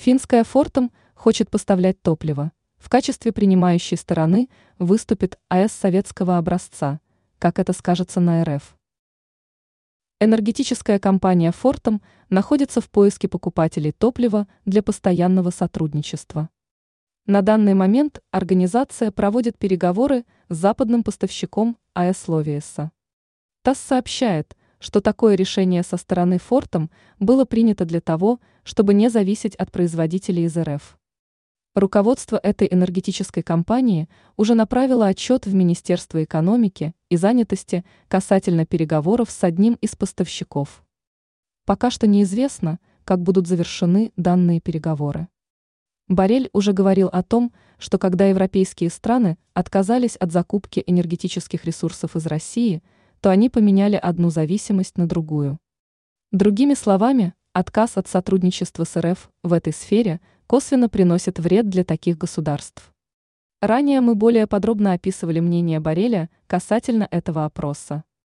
Финская Фортум хочет поставлять топливо. В качестве принимающей стороны выступит АЭС советского образца, как это скажется на РФ. Энергетическая компания Фортум находится в поиске покупателей топлива для постоянного сотрудничества. На данный момент организация проводит переговоры с западным поставщиком АЭС Ловиеса. ТАСС сообщает, что такое решение со стороны Фортум было принято для того, чтобы не зависеть от производителей из РФ. Руководство этой энергетической компании уже направило отчет в Министерство экономики и занятости касательно переговоров с одним из поставщиков. Пока что неизвестно, как будут завершены данные переговоры. Боррель уже говорил о том, что когда европейские страны отказались от закупки энергетических ресурсов из России, то они поменяли одну зависимость на другую. Другими словами, отказ от сотрудничества с РФ в этой сфере косвенно приносит вред для таких государств. Ранее мы более подробно описывали мнение Борреля касательно этого опроса.